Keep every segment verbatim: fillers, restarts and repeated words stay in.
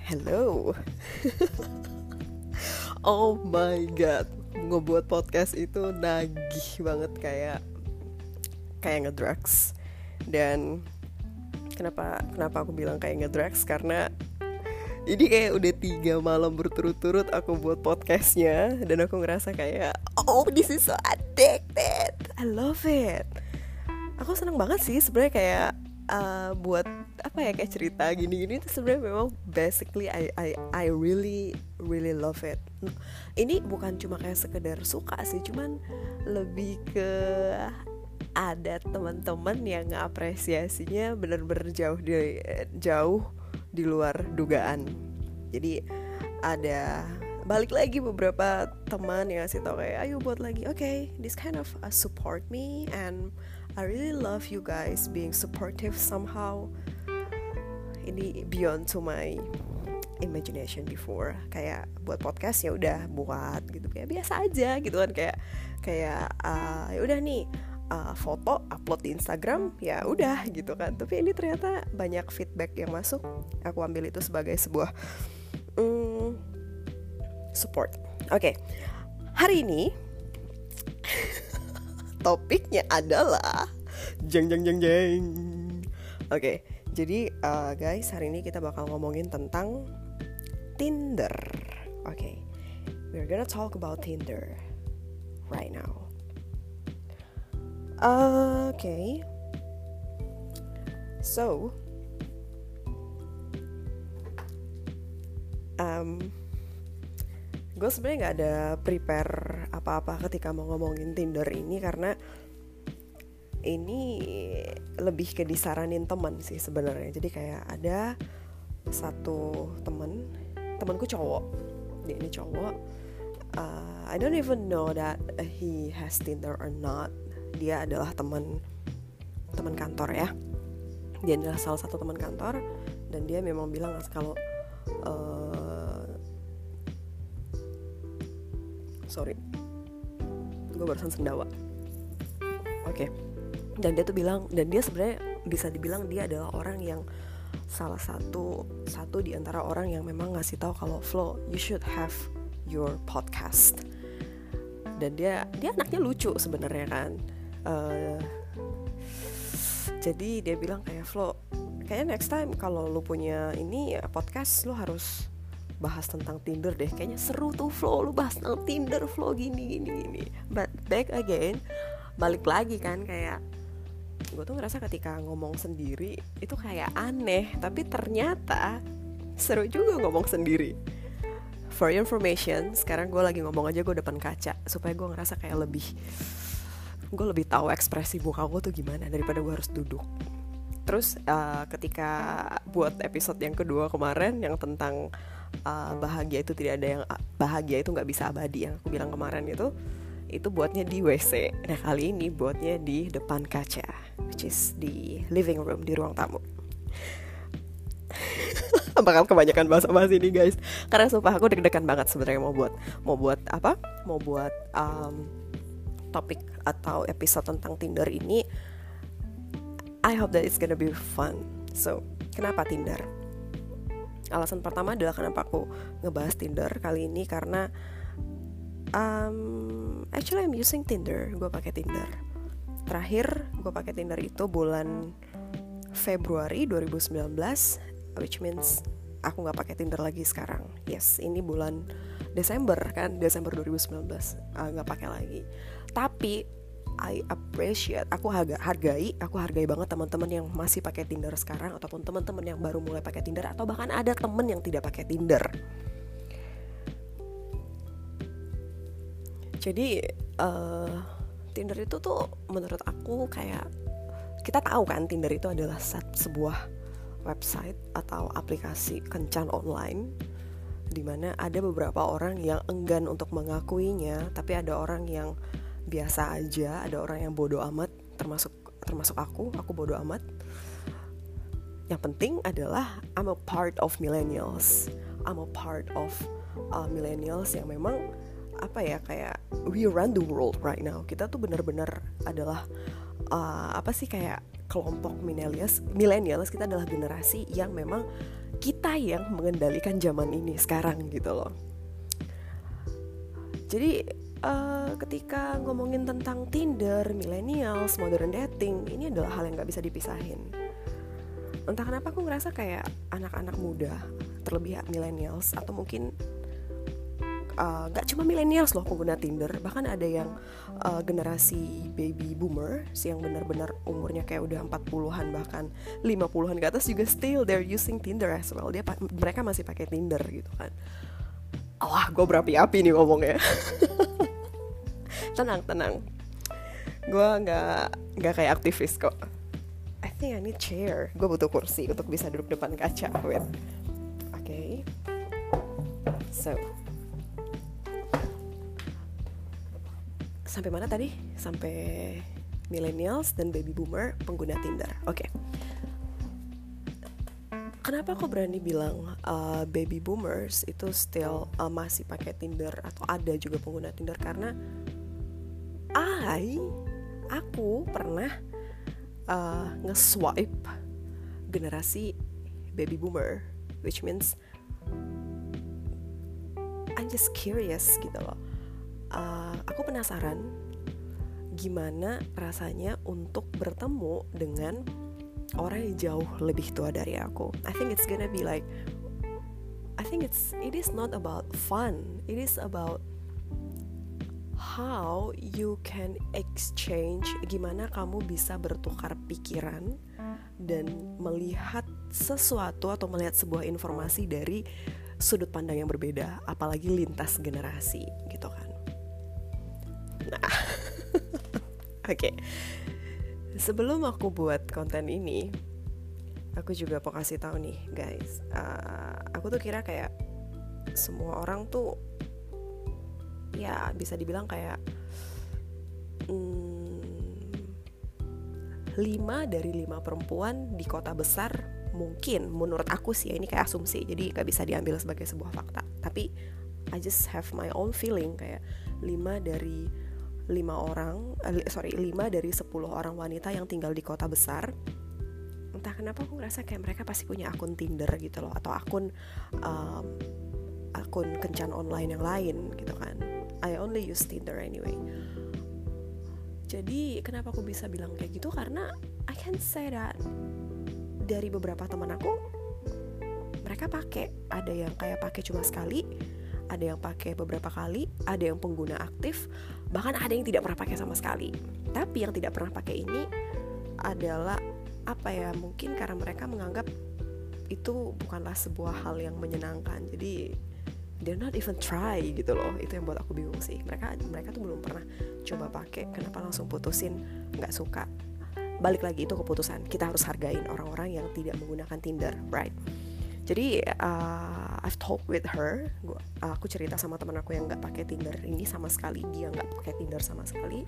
Hello. Oh my god, ngebuat podcast itu nagih banget, kayak kayak ngedrugs. Dan kenapa kenapa aku bilang kayak ngedrugs, karena ini kayak udah tiga malam berturut-turut aku buat podcastnya, dan aku ngerasa kayak oh, this is so addicted, I love it. Aku seneng banget sih sebenarnya, kayak uh, buat apa ya, kayak cerita gini-gini itu sebenarnya memang basically I I I really really love it. Ini bukan cuma kayak sekedar suka sih, cuman lebih ke ada teman-teman yang ngapresiasinya benar-benar jauh di jauh di luar dugaan. Jadi ada balik lagi beberapa teman yang ngasih tau kayak ayo buat lagi, okay, this kind of uh, support me and I really love you guys being supportive somehow. Ini beyond to my imagination before. Kayak buat podcast ya udah buat gitu, kayak biasa aja gitu kan, kayak kayak uh, ya udah nih uh, foto upload di Instagram ya udah gitu kan. Tapi ini ternyata banyak feedback yang masuk. Aku ambil itu sebagai sebuah um, support. Oke, okay. Hari ini topiknya adalah jeng jeng jeng jeng. Oke, okay, jadi uh, guys, hari ini kita bakal ngomongin tentang Tinder. Oke, okay. We're gonna talk about Tinder right now. Uh, Oke, okay. So um, gue sebenarnya nggak ada prepare apa-apa ketika mau ngomongin Tinder ini, karena ini lebih ke disaranin teman sih sebenarnya. Jadi kayak ada satu teman, temanku cowok, dia ini cowok. Uh, I don't even know that he has Tinder or not. Dia adalah teman teman kantor ya. Dia adalah salah satu teman kantor, dan dia memang bilang kalau uh, sorry, gue barusan sendawa. Oke. Okay. Dan dia tuh bilang, dan dia sebenarnya bisa dibilang dia adalah orang yang salah satu satu di antara orang yang memang ngasih tahu kalau Flo, you should have your podcast. Dan dia dia anaknya lucu sebenarnya kan. Uh, jadi dia bilang kayak Flo, kayaknya next time kalau lu punya ini ya, podcast, lu harus bahas tentang Tinder deh. Kayaknya seru tuh Flo, lu bahas tentang Tinder Flo, gini gini gini. But back again, balik lagi kan, kayak gue tuh ngerasa ketika ngomong sendiri itu kayak aneh, tapi ternyata seru juga ngomong sendiri. For your information, sekarang gue lagi ngomong aja gue depan kaca, supaya gue ngerasa kayak lebih, gue lebih tahu ekspresi muka gue tuh gimana daripada gue harus duduk. Terus uh, ketika buat episode yang kedua kemarin yang tentang uh, bahagia itu tidak ada yang bahagia itu nggak bisa abadi, yang aku bilang kemarin itu itu buatnya di W C. Nah kali ini buatnya di depan kaca, which is di living room, di ruang tamu. Bakal kebanyakan bahasa-bahasa ini guys, karena sumpah aku deg-degan banget sebenarnya mau buat mau buat apa mau buat um, topik atau episode tentang Tinder ini. I hope that it's gonna be fun. So kenapa Tinder? Alasan pertama adalah kenapa aku ngebahas Tinder kali ini, karena Um, actually I'm using Tinder. Gue pakai Tinder. Terakhir gue pakai Tinder itu bulan Februari dua ribu sembilan belas, which means aku nggak pakai Tinder lagi sekarang. Yes, ini bulan Desember kan, Desember dua ribu sembilan belas nggak uh, pakai lagi. Tapi I appreciate, aku harga, hargai, aku hargai banget teman-teman yang masih pakai Tinder sekarang, ataupun teman-teman yang baru mulai pakai Tinder, atau bahkan ada temen yang tidak pakai Tinder. Jadi uh, Tinder itu tuh menurut aku kayak, kita tahu kan Tinder itu adalah set, sebuah website atau aplikasi kencan online, dimana ada beberapa orang yang enggan untuk mengakuinya, tapi ada orang yang biasa aja, ada orang yang bodoh amat, termasuk termasuk aku, aku bodoh amat. Yang penting adalah I'm a part of millennials, I'm a part of uh, millennials yang memang apa ya, kayak we run the world right now. Kita tuh benar-benar adalah uh, apa sih kayak kelompok millennials, millennials kita adalah generasi yang memang kita yang mengendalikan zaman ini sekarang gitu loh. Jadi uh, ketika ngomongin tentang Tinder, millennials, modern dating, ini adalah hal yang gak bisa dipisahin. Entah kenapa aku ngerasa kayak anak-anak muda, terlebih millennials, atau mungkin Uh, gak cuma millennials loh pengguna Tinder, bahkan ada yang uh, generasi baby boomers yang benar-benar umurnya kayak udah empat puluhan bahkan lima puluhan ke atas juga still they're using Tinder as well. Dia mereka masih pakai Tinder gitu kan. Wah, gue berapi-api nih ngomongnya. Tenang, tenang. Gue gak, gak kayak aktivis kok. I think I need chair. Gue butuh kursi untuk bisa duduk depan kaca. Wait. Oke okay. So sampai mana tadi? Sampai millennials dan baby boomer pengguna Tinder. Oke. Okay. Kenapa aku berani bilang uh, baby boomers itu still uh, masih pakai Tinder atau ada juga pengguna Tinder? Karena I, aku pernah uh, nge-swipe generasi baby boomer, which means I'm just curious gitu loh. Uh, aku penasaran gimana rasanya untuk bertemu dengan orang yang jauh lebih tua dari aku. I think it's gonna be like, I think it's it is not about fun. It is about how you can exchange, gimana kamu bisa bertukar pikiran dan melihat sesuatu atau melihat sebuah informasi dari sudut pandang yang berbeda, apalagi lintas generasi gitu kan. Nah, oke. Okay. Sebelum aku buat konten ini, aku juga mau kasih tahu nih, guys. Uh, aku tuh kira kayak semua orang tuh, ya bisa dibilang kayak hmm, lima dari lima perempuan di kota besar, mungkin menurut aku sih, ini kayak asumsi, jadi gak bisa diambil sebagai sebuah fakta. Tapi I just have my own feeling kayak lima dari lima orang, eh, sorry lima dari sepuluh orang wanita yang tinggal di kota besar, entah kenapa aku ngerasa kayak mereka pasti punya akun Tinder gitu loh, atau akun um, akun kencan online yang lain gitu kan. I only use Tinder anyway. Jadi kenapa aku bisa bilang kayak gitu? Karena I can say that dari beberapa teman aku, mereka pakai, ada yang kayak pakai cuma sekali, ada yang pakai beberapa kali, ada yang pengguna aktif, bahkan ada yang tidak pernah pakai sama sekali. Tapi yang tidak pernah pakai ini adalah apa ya, mungkin karena mereka menganggap itu bukanlah sebuah hal yang menyenangkan. Jadi they're not even try gitu loh. Itu yang buat aku bingung sih. Mereka mereka tuh belum pernah coba pakai, kenapa langsung putusin, nggak suka. Balik lagi, itu keputusan. Kita harus hargain orang-orang yang tidak menggunakan Tinder, right? Jadi uh, I've talked with her. Gua, uh, aku cerita sama teman aku yang nggak pakai Tinder ini sama sekali. Dia nggak pakai Tinder sama sekali.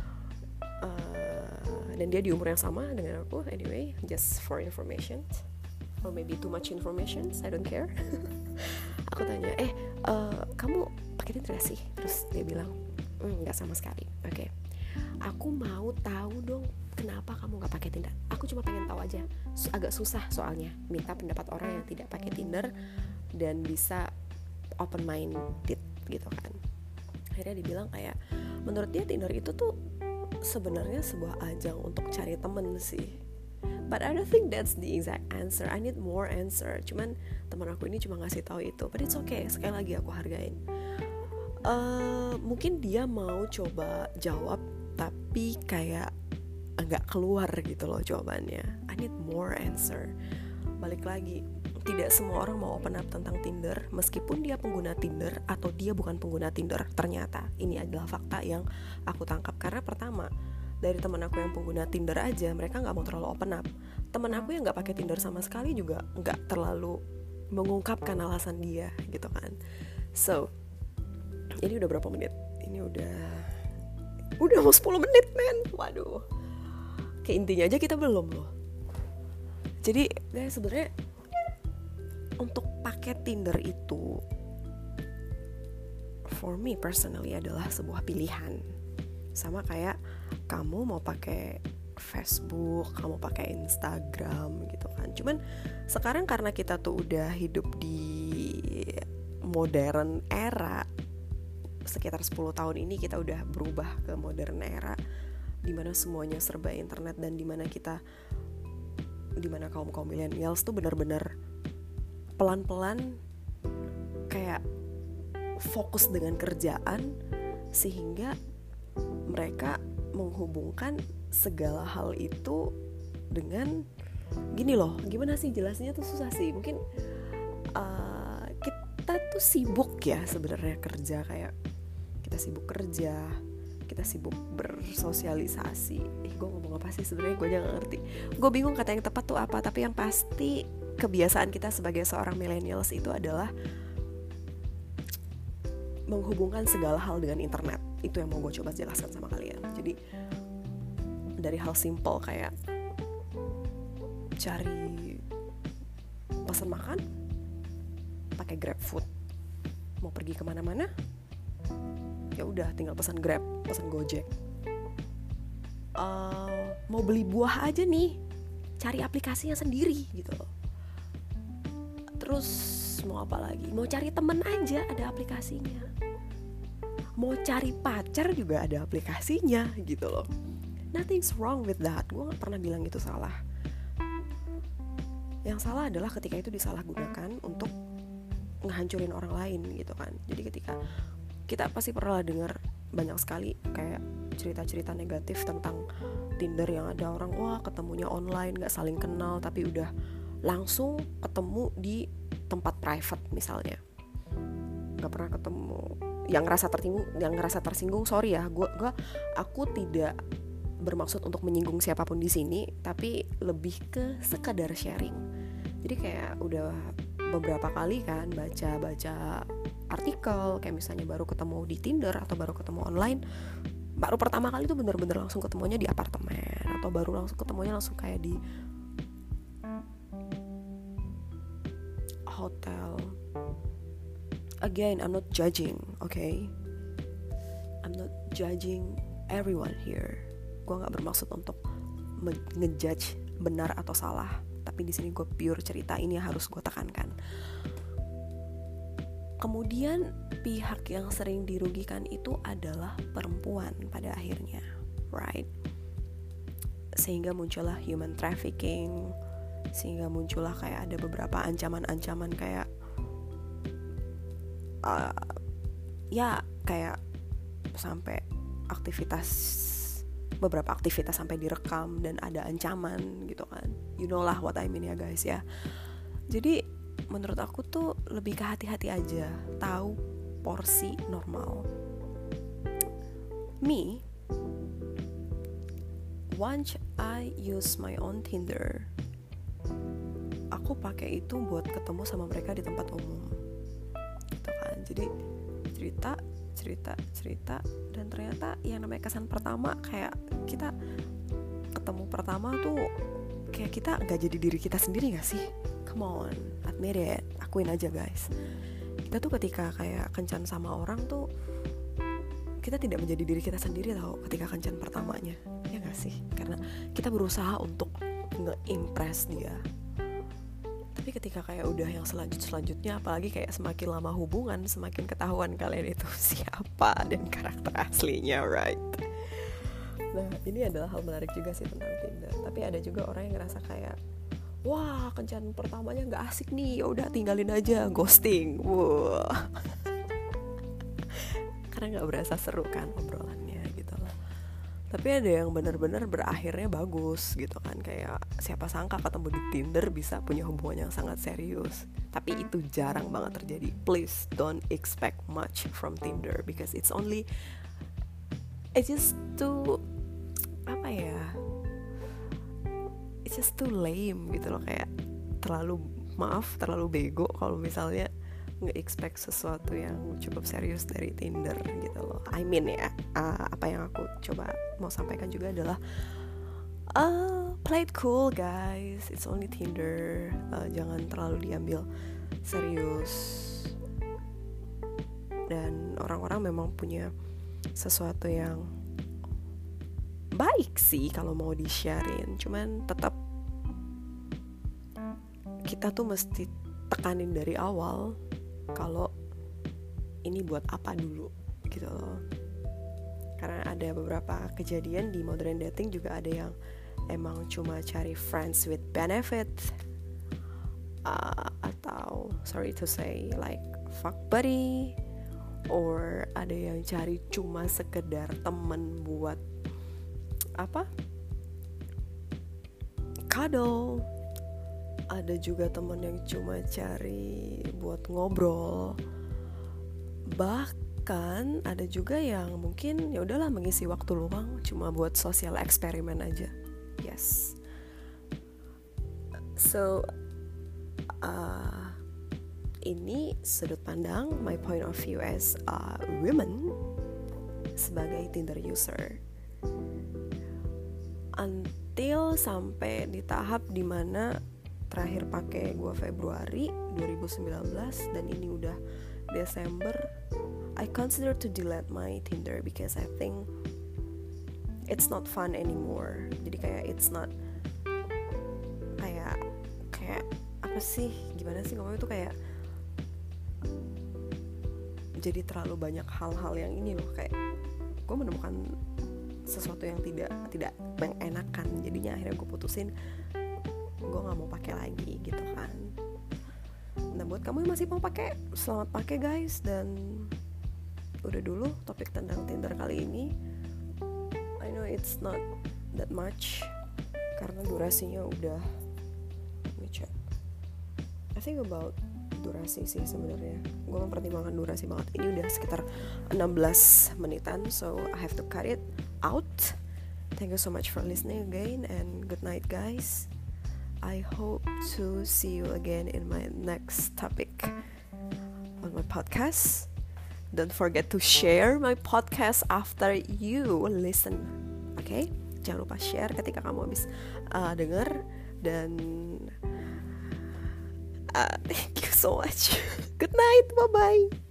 Uh, dan dia di umur yang sama dengan aku. Anyway, just for information, or maybe too much information. I don't care. Aku tanya, eh uh, kamu pakai Tinder gak sih? Terus dia bilang, nggak mm, sama sekali. Oke. Okay. Aku mau tahu dong, kenapa kamu gak pakai Tinder? Aku cuma pengen tahu aja. Agak susah soalnya minta pendapat orang yang tidak pakai Tinder dan bisa open minded gitu kan. Akhirnya dibilang kayak, menurut dia Tinder itu tuh sebenarnya sebuah ajang untuk cari temen sih. But I don't think that's the exact answer. I need more answer. Cuman teman aku ini cuma ngasih tahu itu. But it's okay. Sekali lagi aku hargain. Uh, mungkin dia mau coba jawab, tapi kayak nggak keluar gitu loh jawabannya. I need more answer. Balik lagi, tidak semua orang mau open up tentang Tinder, meskipun dia pengguna Tinder atau dia bukan pengguna Tinder. Ternyata ini adalah fakta yang aku tangkap. Karena pertama, dari teman aku yang pengguna Tinder aja, mereka nggak mau terlalu open up. Teman aku yang nggak pakai Tinder sama sekali juga nggak terlalu mengungkapkan alasan dia gitu kan. So, ini udah berapa menit? Ini udah Udah mau sepuluh menit men. Waduh, ke intinya aja kita belum loh. Jadi guys, sebenarnya untuk pakai Tinder itu for me personally adalah sebuah pilihan. Sama kayak kamu mau pakai Facebook, kamu pakai Instagram gitu kan. Cuman sekarang karena kita tuh udah hidup di modern era, sekitar sepuluh tahun ini kita udah berubah ke modern era dimana semuanya serba internet, dan dimana kita dimana kaum kaum millennials tuh benar-benar pelan-pelan kayak fokus dengan kerjaan, sehingga mereka menghubungkan segala hal itu dengan gini loh, gimana sih jelasnya tuh susah sih. Mungkin uh, kita tuh sibuk ya sebenarnya kerja, kayak kita sibuk kerja, kita sibuk bersosialisasi. Eh, gue ngomong apa sih sebenarnya, gue aja gak ngerti. Gue bingung kata yang tepat tuh apa. Tapi yang pasti kebiasaan kita sebagai seorang millennials itu adalah menghubungkan segala hal dengan internet. Itu yang mau gue coba jelaskan sama kalian. Jadi dari hal simple kayak cari pesan makan pakai GrabFood, mau pergi kemana-mana ya udah tinggal pesan Grab, pesan Gojek. Uh, mau beli buah aja nih, cari aplikasinya sendiri gitu loh. Terus mau apa lagi? Mau cari temen aja ada aplikasinya. Mau cari pacar juga ada aplikasinya gitu loh. Nothing's wrong with that. Gue gak pernah bilang itu salah. Yang salah adalah ketika itu disalahgunakan untuk ngehancurin orang lain gitu kan. Jadi ketika kita pasti pernah dengar banyak sekali kayak cerita-cerita negatif tentang Tinder yang ada orang wah ketemunya online, gak saling kenal, tapi udah langsung ketemu di tempat private misalnya. Gak pernah ketemu, yang ngerasa tersinggung, yang ngerasa tersinggung sorry ya, gua, gua aku tidak bermaksud untuk menyinggung siapapun di sini, tapi lebih ke sekadar sharing. Jadi kayak udah beberapa kali kan baca-baca artikel kayak misalnya baru ketemu di Tinder atau baru ketemu online, baru pertama kali tuh bener-bener langsung ketemunya di apartemen, atau baru langsung ketemunya langsung kayak di hotel. Again, I'm not judging, okay? I'm not judging everyone here. Gue nggak bermaksud untuk me- ngejudge benar atau salah, tapi di sini gue pure cerita, ini harus gue tekankan. Kemudian pihak yang sering dirugikan itu adalah perempuan pada akhirnya, right? Sehingga muncullah human trafficking, sehingga muncullah kayak ada beberapa ancaman-ancaman kayak uh, ya kayak sampai aktivitas beberapa aktivitas sampai direkam dan ada ancaman gitu kan. You know lah what I mean ya guys ya. Jadi menurut aku tuh lebih ke hati-hati aja, tahu porsi normal. Me, once I use my own Tinder, aku pakai itu buat ketemu sama mereka di tempat umum, gitu kan. Jadi cerita, cerita, cerita, dan ternyata yang namanya kesan pertama kayak kita ketemu pertama tuh kayak kita nggak jadi diri kita sendiri nggak sih? Come on, admit it, akuin aja guys. Kita tuh ketika kayak kencan sama orang tuh kita tidak menjadi diri kita sendiri tau ketika kencan pertamanya, ya nggak sih? Karena kita berusaha untuk nge-impress dia. Tapi ketika kayak udah yang selanjut-selanjutnya, apalagi kayak semakin lama hubungan, semakin ketahuan kalian itu siapa dan karakter aslinya, right? Nah, ini adalah hal menarik juga sih tentang Tinder. Tapi ada juga orang yang ngerasa kayak wah, kencan pertamanya nggak asik nih, ya udah tinggalin aja, ghosting. Wah, karena nggak berasa seru kan obrolannya gitu loh. Tapi ada yang benar-benar berakhirnya bagus gitu kan, kayak siapa sangka ketemu di Tinder bisa punya hubungan yang sangat serius. Tapi itu jarang banget terjadi. Please don't expect much from Tinder because it's only it's just too apa ya? It's just too lame gitu loh, kayak terlalu maaf terlalu bego kalau misalnya nge-expect sesuatu yang cukup serius dari Tinder gitu loh. I mean ya, uh, apa yang aku coba mau sampaikan juga adalah uh, play it cool guys, it's only Tinder, uh, jangan terlalu diambil serius. Dan orang-orang memang punya sesuatu yang baik sih kalau mau di-sharein, cuman tetap kita tuh mesti tekanin dari awal kalau ini buat apa dulu gitu loh. Karena ada beberapa kejadian di modern dating juga ada yang emang cuma cari friends with benefit, uh, atau sorry to say like fuck buddy, or ada yang cari cuma sekedar temen buat apa, cuddle. Ada juga temen yang cuma cari buat ngobrol. Bahkan ada juga yang mungkin ya udahlah mengisi waktu luang cuma buat sosial eksperimen aja. Yes. So uh, ini sudut pandang, my point of view as a woman sebagai Tinder user. Until sampai di tahap dimana terakhir pakai gue Februari dua ribu sembilan belas dan ini udah Desember, I consider to delete my Tinder because I think it's not fun anymore. Jadi kayak it's not kayak kayak apa sih, gimana sih ngomongnya tuh, kayak jadi terlalu banyak hal-hal yang ini loh, kayak gue menemukan sesuatu yang tidak tidak mengenakan. Jadinya akhirnya gue putusin gue nggak mau pakai lagi gitu kan. Nah buat kamu yang masih mau pakai, selamat pakai guys. Dan udah dulu topik tentang Tinder kali ini. I know it's not that much karena durasinya udah, let me check, I think about durasi sih sebenarnya. Gue mempertimbangkan durasi banget. Ini udah sekitar enam belas menitan, so I have to cut it out. Thank you so much for listening again and good night guys. I hope to see you again in my next topic on my podcast. Don't forget to share my podcast after you listen. Oke, okay? Jangan lupa share ketika kamu habis uh, denger. Dan uh, thank you so much. Good night, bye bye.